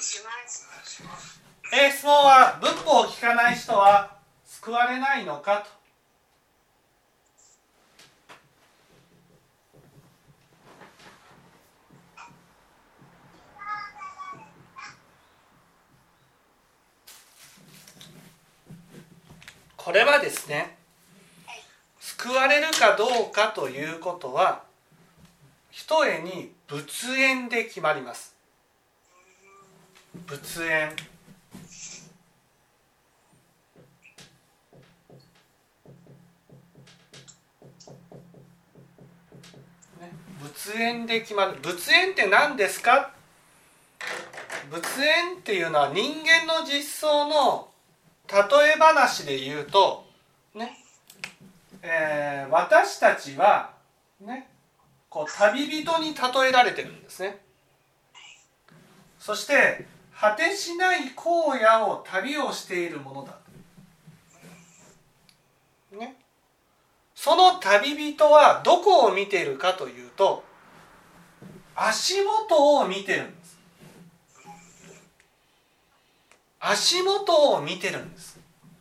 質問は、仏法を聞かない人は救われないのかと。これはですね、救われるかどうかということは、ひとえに仏縁で決まります。仏縁。仏縁で決まる。仏縁って何ですか？仏縁っていうのは人間の実相の例え話で言うと、ね、私たちは、ね、こう旅人に例えられてるんですね。そして果てしない荒野を旅をしているものだ、ね、その旅人はどこを見ているかというと、足元を見てるんです。足元を見てるんです。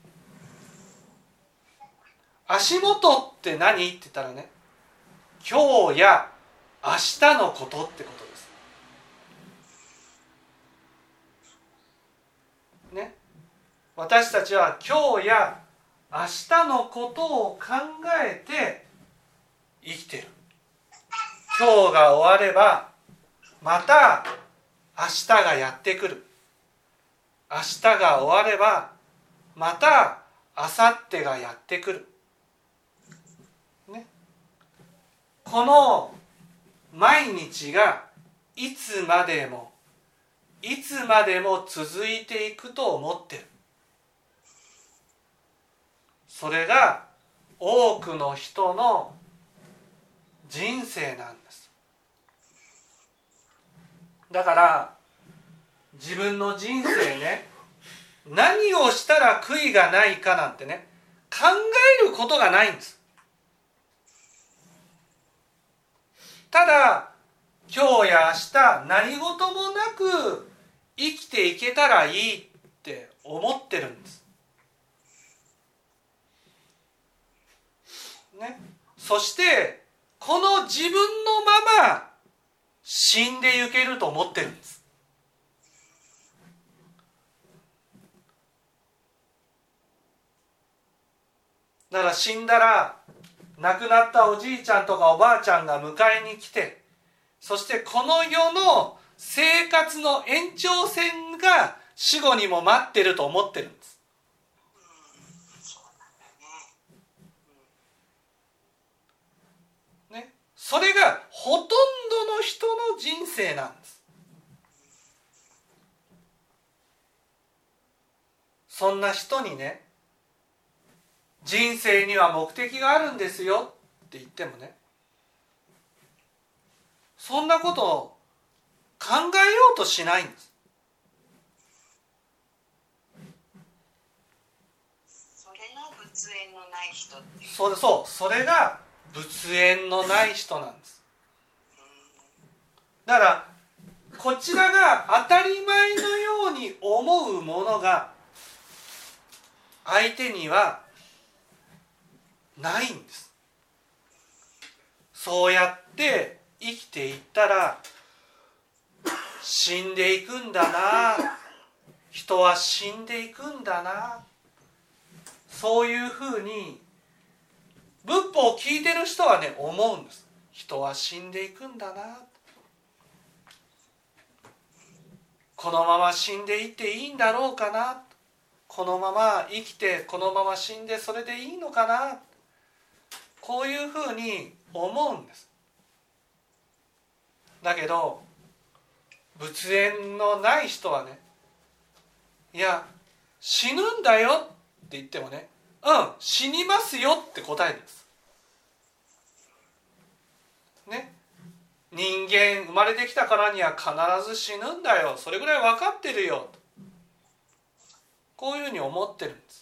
足元って何って言ったらね、今日や明日のことってことです。ね、私たちは今日や明日のことを考えて生きてる。今日が終わればまた明日がやってくる。明日が終わればまた明後日がやってくる、ね、この毎日がいつまでも続いていくと思ってる。それが多くの人の人生なんです。だから自分の人生ね、何をしたら悔いがないかなんてね、考えることがないんです。ただ今日や明日何事もなく生きていけたらいいって思ってるんです、ね、そしてこの自分のまま死んでゆけると思ってるんです。だから死んだら亡くなったおじいちゃんとかおばあちゃんが迎えに来て、そしてこの世の生活の延長線が死後にも待ってると思ってるんです。ね、それがほとんどの人の人生なんです。そんな人にね、人生には目的があるんですよって言ってもね、そんなことを考えようとしないんです。 それが仏縁のない人っていう。 そう、それが仏縁のない人なんです。だからこちらが当たり前のように思うものが相手にはないんです。そうやって生きていったら死んでいくんだな、人は死んでいくんだな、そういうふうに仏法を聞いてる人はね、思うんです。人は死んでいくんだな、このまま死んでいっていいんだろうかな、このまま生きてこのまま死んでそれでいいのかな、こういうふうに思うんです。だけど仏縁のない人はね、いや死ぬんだよって言ってもね、死にますよって答えるんです、ね、人間生まれてきたからには必ず死ぬんだよ、それぐらい分かってるよと、こういうふうに思ってるんです、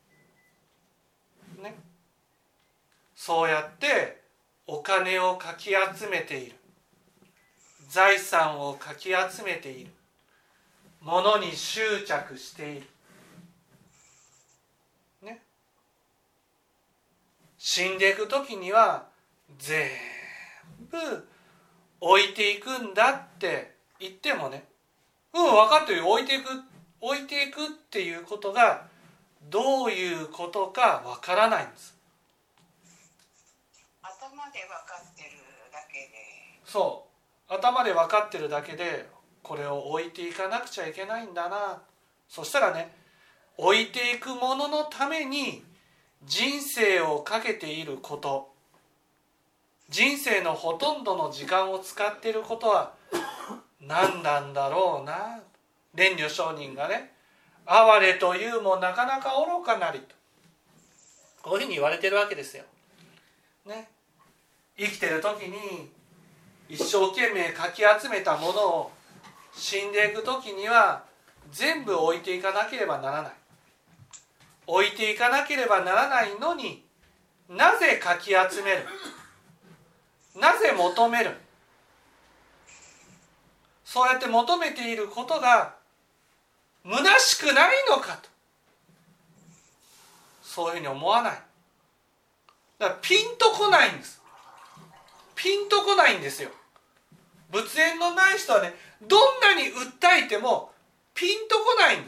ね、そうやってお金をかき集めている、財産をかき集めている、 ものに執着している、ね、死んでいく時には全部置いていくんだって言ってもね、分かってるよ、置いていくっていうことがどういうことかわからないんです。 頭で分かってるだけで、 そう頭で分かってるだけでこれを置いていかなくちゃいけないんだな。そしたらね、置いていくもののために人生をかけていること、人生のほとんどの時間を使っていることは何なんだろうな。蓮如上人がね、哀れというもなかなか愚かなりと、こういうふうに言われてるわけですよ、ね、生きてる時に一生懸命かき集めたものを死んでいく時には全部置いていかなければならない。置いていかなければならないのに、なぜかき集める、なぜ求める、そうやって求めていることが虚しくないのかと、そういうふうに思わない。だからピンとこないんです。ピンとこないんですよ。仏縁のない人はね、どんなに訴えてもピンとこないんです。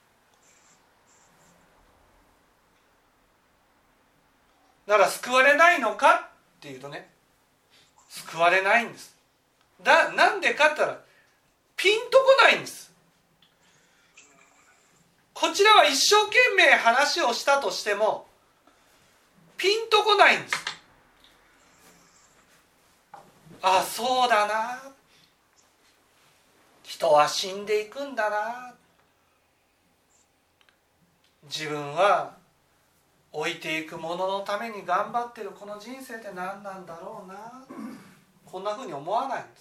だから救われないのかっていうとね、救われないんです。なんでかって言ったらピンとこないんです。こちらは一生懸命話をしたとしてもピンとこないんです。あ、そうだな、人は死んでいくんだな、自分は置いていくもののために頑張ってるこの人生って何なんだろうな、こんなふうに思わないんです。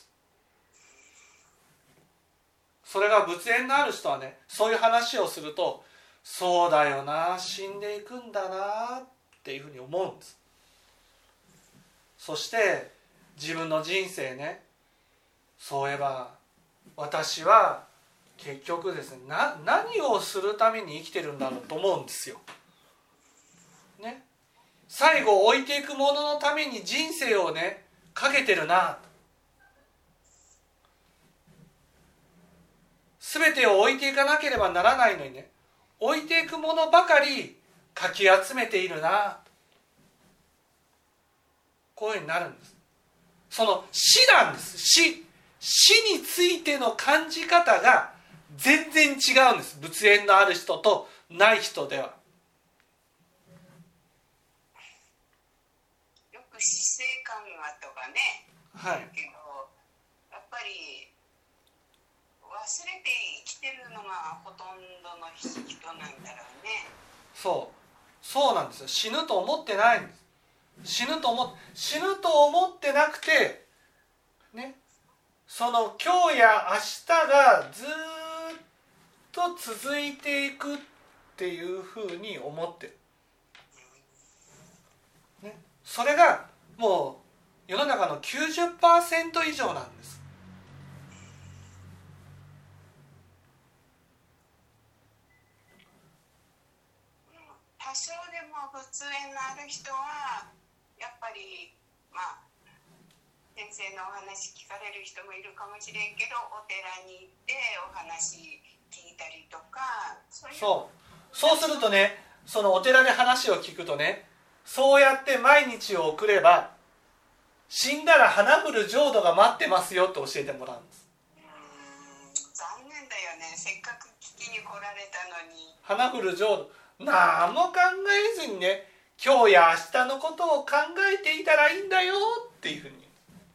それが仏縁のある人はね、そういう話をすると、そうだよな、死んでいくんだなっていうふうに思うんです。そして自分の人生ね、そういえば私は結局ですね、何をするために生きてるんだろうと思うんですよ、ね、最後置いていくもののために人生をねかけてるな、全てを置いていかなければならないのにね、置いていくものばかりかき集めているな、こういうふうになるんです。その死なんです。死についての感じ方が全然違うんです。仏縁のある人とない人では。 よく死生観がとかね、 はい、 けどやっぱり忘れて生きてるのがほとんどの人なんだろうね。 そうなんですよ。死ぬと思ってないんです。死ぬと思ってなくてね、その今日や明日がずっと続いていくっていうふうに思ってる、ね、それがもう世の中の 90% 以上なんです。 多少でも仏縁のある人はやっぱり先生のお話聞かれる人もいるかもしれんけど、お寺に行ってお話聞いたりとか、 そうするとね、そのお寺で話を聞くとね、そうやって毎日を送れば死んだら花降る浄土が待ってますよって教えてもらうんです。 残念だよね、せっかく聞きに来られたのに。 花降る浄土何も考えずにね、今日や明日のことを考えていたらいいんだよっていうふうに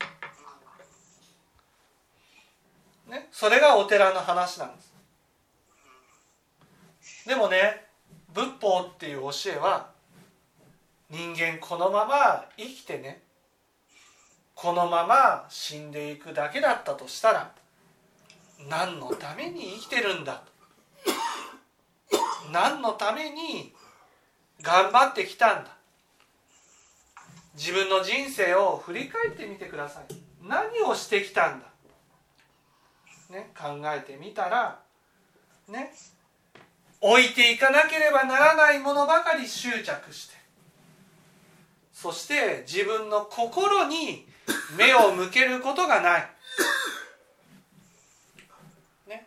ね、それがお寺の話なんです。でもね、仏法っていう教えは人間このまま生きてね、このまま死んでいくだけだったとしたら何のために生きてるんだと、何のために頑張ってきたんだ、自分の人生を振り返ってみてください。何をしてきたんだ、ね、考えてみたらね、置いていかなければならないものばかり執着して、そして自分の心に目を向けることがない、ね、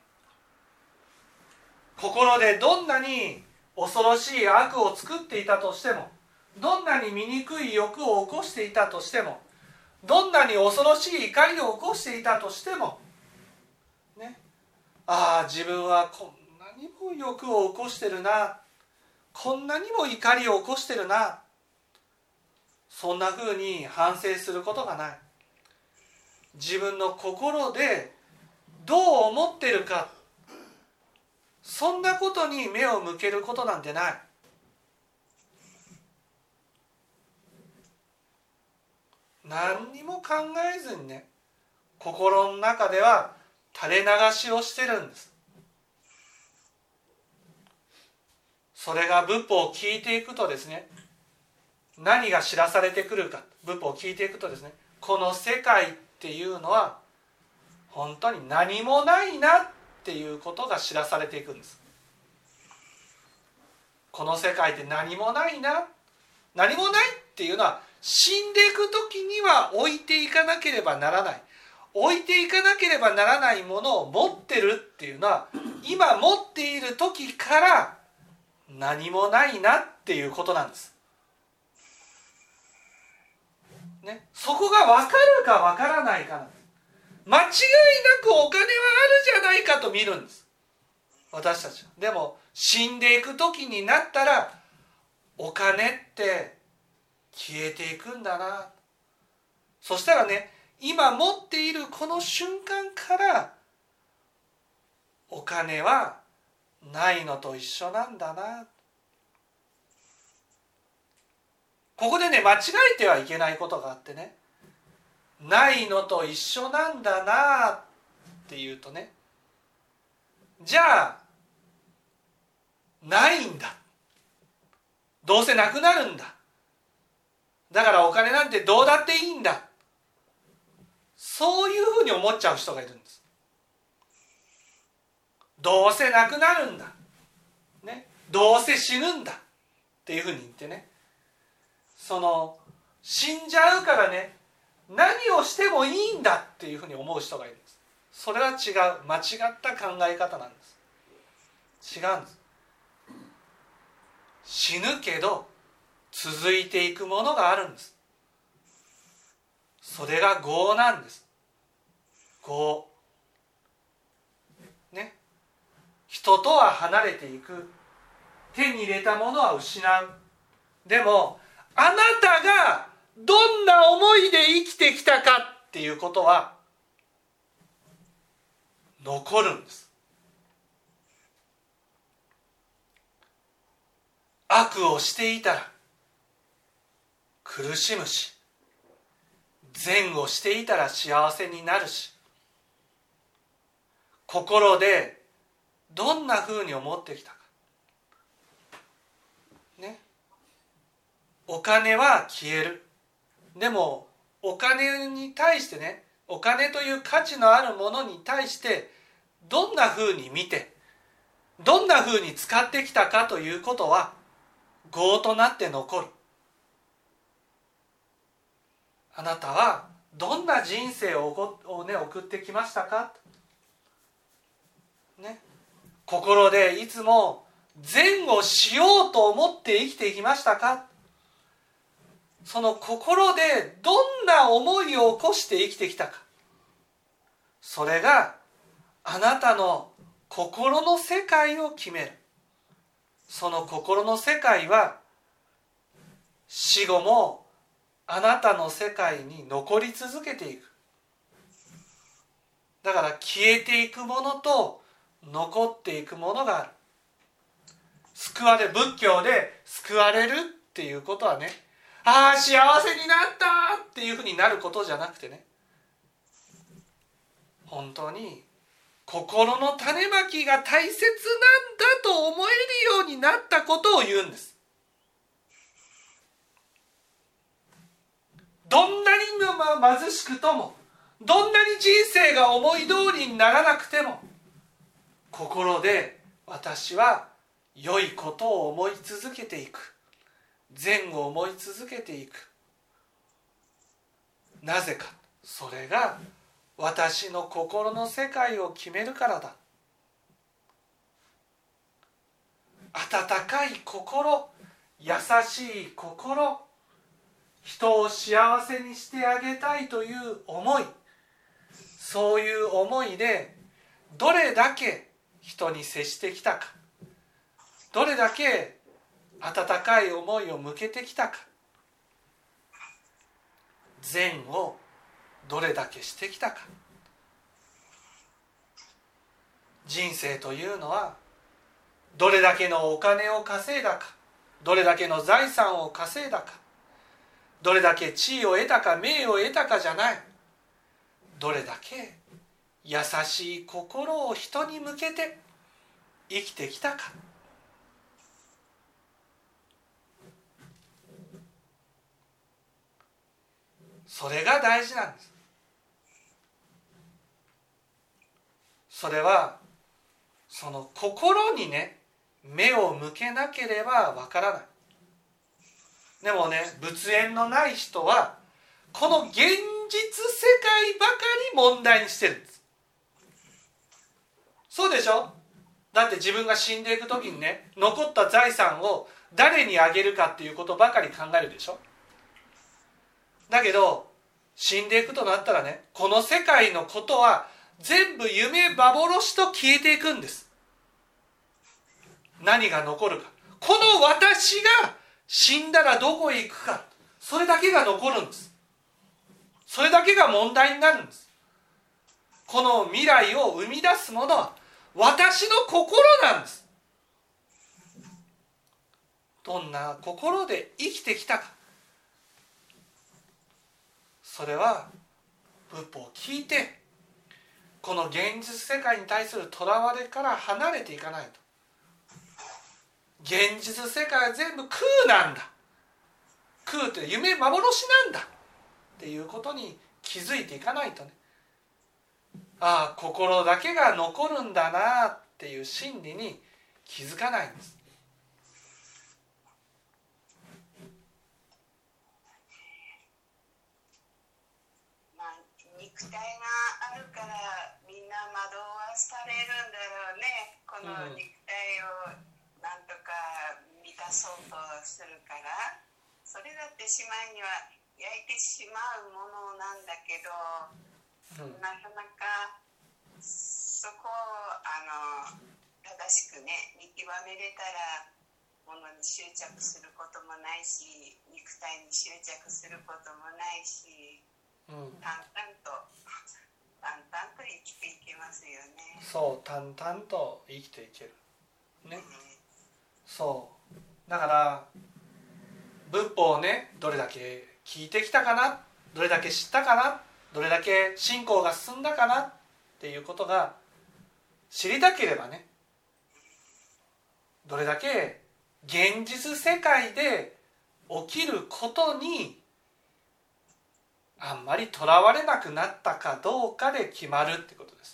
心でどんなに恐ろしい悪を作っていたとしても、どんなに醜い欲を起こしていたとしても、どんなに恐ろしい怒りを起こしていたとしても、ね、ああ自分はこんなにも欲を起こしてるな、こんなにも怒りを起こしてるな、そんなふうに反省することがない。自分の心でどう思ってるか、そんなことに目を向けることなんてない。何にも考えずにね、心の中では垂れ流しをしてるんです。それが仏法を聞いていくとですね、何が知らされてくるか、仏法を聞いていくとですね、この世界っていうのは本当に何もないなっていうことが知らされていくんです。この世界って何もないな、何もないっていうのは死んでいく時には置いていかなければならない、置いていかなければならないものを持ってるっていうのは、今持っている時から何もないなっていうことなんです、ね、そこが分かるか分からないかなんです。間違いなくお金はあるじゃないかと見るんです、私たちは。でも死んでいく時になったら、お金って消えていくんだな。そしたらね、今持っているこの瞬間からお金はないのと一緒なんだな。ここでね、間違えてはいけないことがあってね、ないのと一緒なんだなっていうとね、じゃあないんだ、どうせなくなるんだ、だからお金なんてどうだっていいんだ、そういうふうに思っちゃう人がいるんです。どうせなくなるんだ、ね、どうせ死ぬんだっていうふうに言ってね、その死んじゃうからね、何をしてもいいんだっていうふうに思う人がいるんです。それは違う、間違った考え方なんです。違うんです。死ぬけど続いていくものがあるんです。それが業なんです。業ね、人とは離れていく、手に入れたものは失う。でもあなたがどんな思いで生きてきたかっていうことは残るんです。悪をしていたら苦しむし、善をしていたら幸せになるし、心でどんなふうに思ってきたか、ね、お金は消える。でもお金に対してね、お金という価値のあるものに対してどんなふうに見て、どんなふうに使ってきたかということは業となって残る。あなたはどんな人生を送ってきましたか、ね、心でいつも善をしようと思って生きてきましたか。その心でどんな思いを起こして生きてきたか、それがあなたの心の世界を決める。その心の世界は死後もあなたの世界に残り続けていく。だから消えていくものと残っていくものがある。救われ、仏教で救われるっていうことはね、ああ幸せになったっていうふうになることじゃなくてね、本当に心の種まきが大切なんだと思えるようになったことを言うんです。どんなに貧しくとも、どんなに人生が思い通りにならなくても、心で私は良いことを思い続けていく。善を思い続けていく。なぜか、それが私の心の世界を決めるからだ。温かい心、優しい心、人を幸せにしてあげたいという思い、そういう思いでどれだけ人に接してきたか、どれだけ温かい思いを向けてきたか、善をどれだけしてきたか。人生というのはどれだけのお金を稼いだか、どれだけの財産を稼いだか、どれだけ地位を得たか名誉を得たかじゃない。どれだけ優しい心を人に向けて生きてきたか。それが大事なんです。それはその心にね、目を向けなければわからない。でもね、仏縁のない人はこの現実世界ばかり問題にしてるんです。そうでしょ。だって自分が死んでいく時にね、残った財産を誰にあげるかっていうことばかり考えるでしょ。だけど死んでいくとなったらね、この世界のことは全部夢幻と消えていくんです。何が残るか、この私が死んだらどこへ行くか、それだけが残るんです。それだけが問題になるんです。この未来を生み出すものは私の心なんです。どんな心で生きてきたか、それは仏法を聞いて、この現実世界に対するとらわれから離れていかないと。現実世界は全部空なんだ、空って夢幻なんだっていうことに気づいていかないとね、ああ心だけが残るんだなっていう真理に気づかないんです。 肉体があるからみんな惑わされるんだろうね。この肉体をなんとか満たそうとするから、それだってしまいには焼いてしまうものなんだけど、なかなかそこを正しくね見極めれたら、ものに執着することもないし、肉体に執着することもないし、淡々と生きていけますよね。 そう、淡々と生きていけるね。そうだから仏法をね、どれだけ聞いてきたかな、どれだけ知ったかな、どれだけ信仰が進んだかなっていうことが知りたければね、どれだけ現実世界で起きることにあんまりとらわれなくなったかどうかで決まるってことです。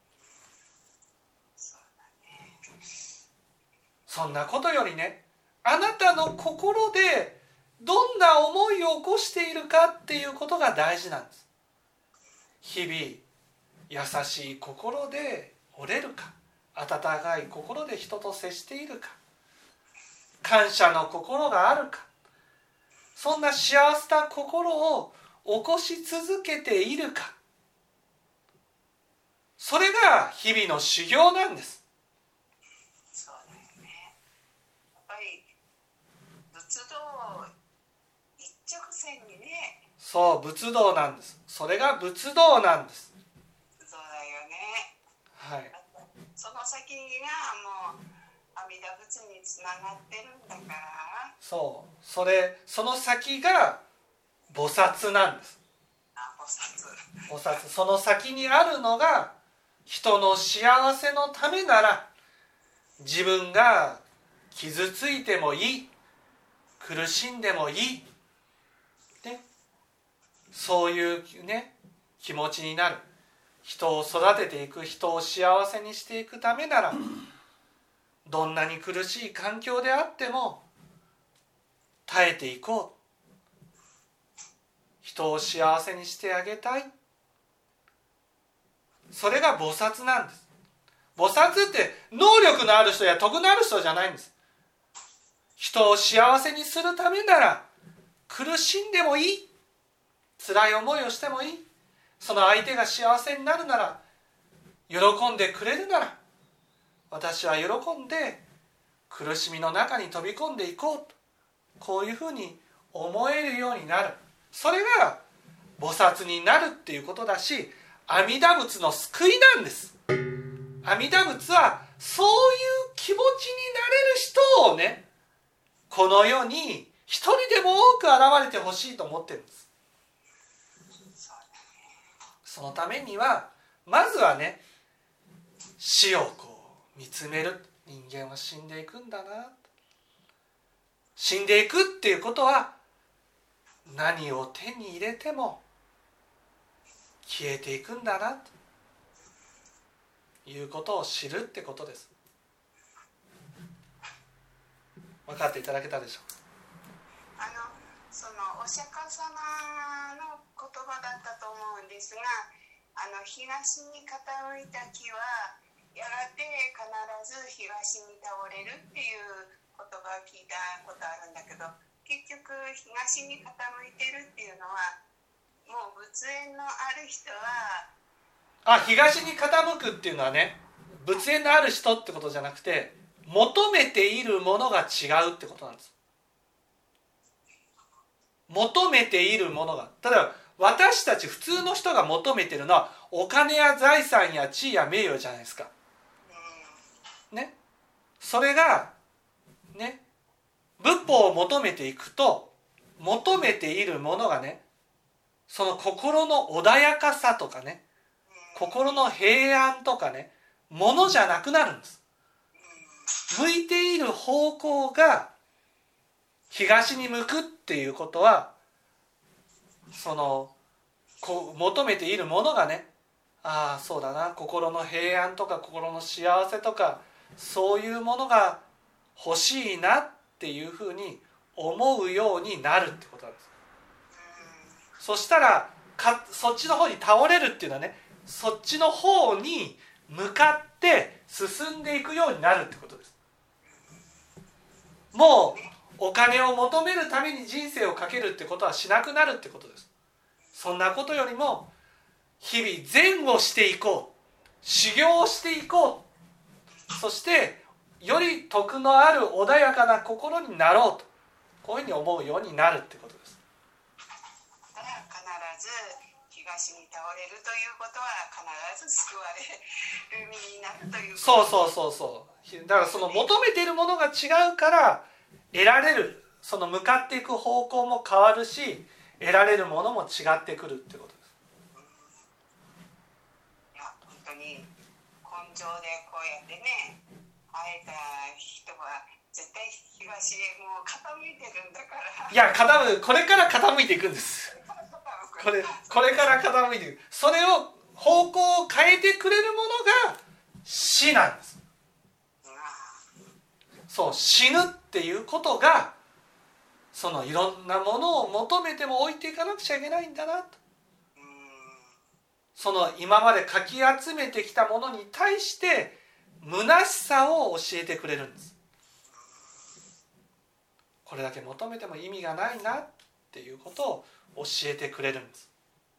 そんなことよりね、あなたの心でどんな思いを起こしているかっていうことが大事なんです。日々優しい心で折れるか、温かい心で人と接しているか、感謝の心があるか、そんな幸せな心を起こし続けているか、それが日々の修行なんです。 そうだよね。やっぱり仏道一直線にね。 そう、仏道なんです。それが仏道なんです。 仏道だよね。 はい。 その先がもう阿弥陀仏につながってるんだから。 そう、その先が菩薩なんです。菩薩、その先にあるのが人の幸せのためなら、自分が傷ついてもいい、苦しんでもいい、ね、そういうね気持ちになる。人を育てていく、人を幸せにしていくためならどんなに苦しい環境であっても耐えていこう。人を幸せにしてあげたい。それが菩薩なんです。菩薩って能力のある人や徳のある人じゃないんです。人を幸せにするためなら苦しんでもいい、辛い思いをしてもいい、その相手が幸せになるなら、喜んでくれるなら、私は喜んで苦しみの中に飛び込んでいこうと、こういうふうに思えるようになる。それが菩薩になるっていうことだし、阿弥陀仏の救いなんです。阿弥陀仏はそういう気持ちになれる人をね、この世に一人でも多く現れてほしいと思ってるんです。そのためにはまずはね、死をこう見つめる。人間は死んでいくんだな。死んでいくっていうことは、何を手に入れても消えていくんだなということを知るってことです。分かっていただけたでしょうか。 そのお釈迦様の言葉だったと思うんですが、東に傾いた木はやがて必ず東に倒れるっていう言葉を聞いたことあるんだけど、結局東に傾いてるっていうのは、もう仏縁のある人は東に傾くっていうのはね、仏縁のある人ってことじゃなくて、求めているものが違うってことなんです。求めているものが、例えば私たち普通の人が求めているのはお金や財産や地位や名誉じゃないですかね。それがね、仏法を求めていくと、求めているものがね、その心の穏やかさとかね、心の平安とかね、ものじゃなくなるんです。向いている方向が東に向くっていうことは、その求めているものがね、ああそうだな、心の平安とか心の幸せとか、そういうものが欲しいなっていうふうに思うようになるってことなんです。そしたらそっちの方に倒れるっていうのはね、そっちの方に向かって進んでいくようになるってことです。もうお金を求めるために人生をかけるってことはしなくなるってことです。そんなことよりも日々善をしていこう、修行をしていこう、そしてより徳のある穏やかな心になろうと、こういうふうに思うようになるってことです。 だから必ず東に倒れるということは必ず救われる身になるということ。 そうだからその求めているものが違うから得られる、その向かっていく方向も変わるし、得られるものも違ってくるってことです。 いや本当に根性でこうやってね、会えた人は絶対東へもう傾いてるんだから。 いやこれから傾いていくんです。これから傾いていく。それを方向を変えてくれるものが死なんです。そう、死ぬっていうことが、そのいろんなものを求めても置いていかなくちゃいけないんだなと。その今までかき集めてきたものに対して虚しさを教えてくれるんです。これだけ求めても意味がないなっていうことを教えてくれるんです。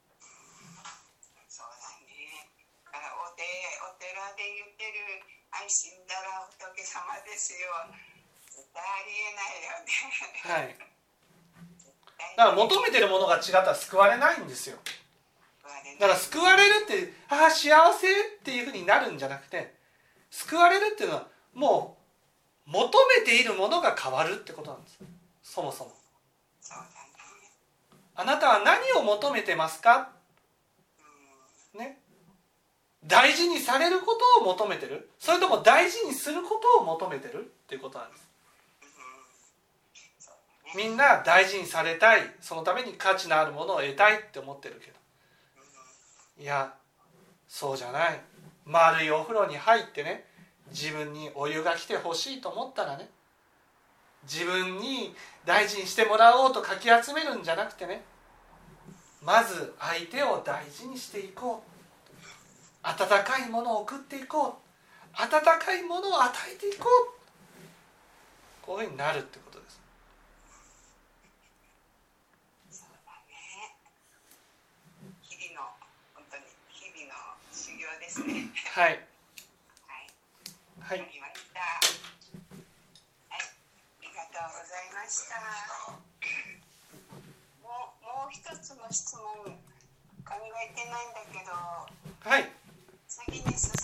そうだね。お寺で言ってる死んだら仏様ですよ。絶対ありえないよね。 はい。だから求めてるものが違ったら救われないんですよ。だから救われるって幸せっていうふうになるんじゃなくて、救われるっていうのはもう求めているものが変わるってことなんです。そもそも。 そうだね。 あなたは何を求めてますかね。大事にされることを求めてる、それとも大事にすることを求めてるっていうことなんです。みんな大事にされたい、そのために価値のあるものを得たいって思ってるけど、いやそうじゃない。丸いお風呂に入ってね、 自分にお湯が来てほしいと思ったらね、自分に大事にしてもらおうとかき集めるんじゃなくてね、まず相手を大事にしていこう、温かいものを送っていこう、温かいものを与えていこう、こういうふうになるってことです。 そうだね。日々の本当に日々の修行ですね。 はい。 はい。わかりました。はい。ありがとうございました。もう一つの質問考えてないんだけど。 はい。 次に進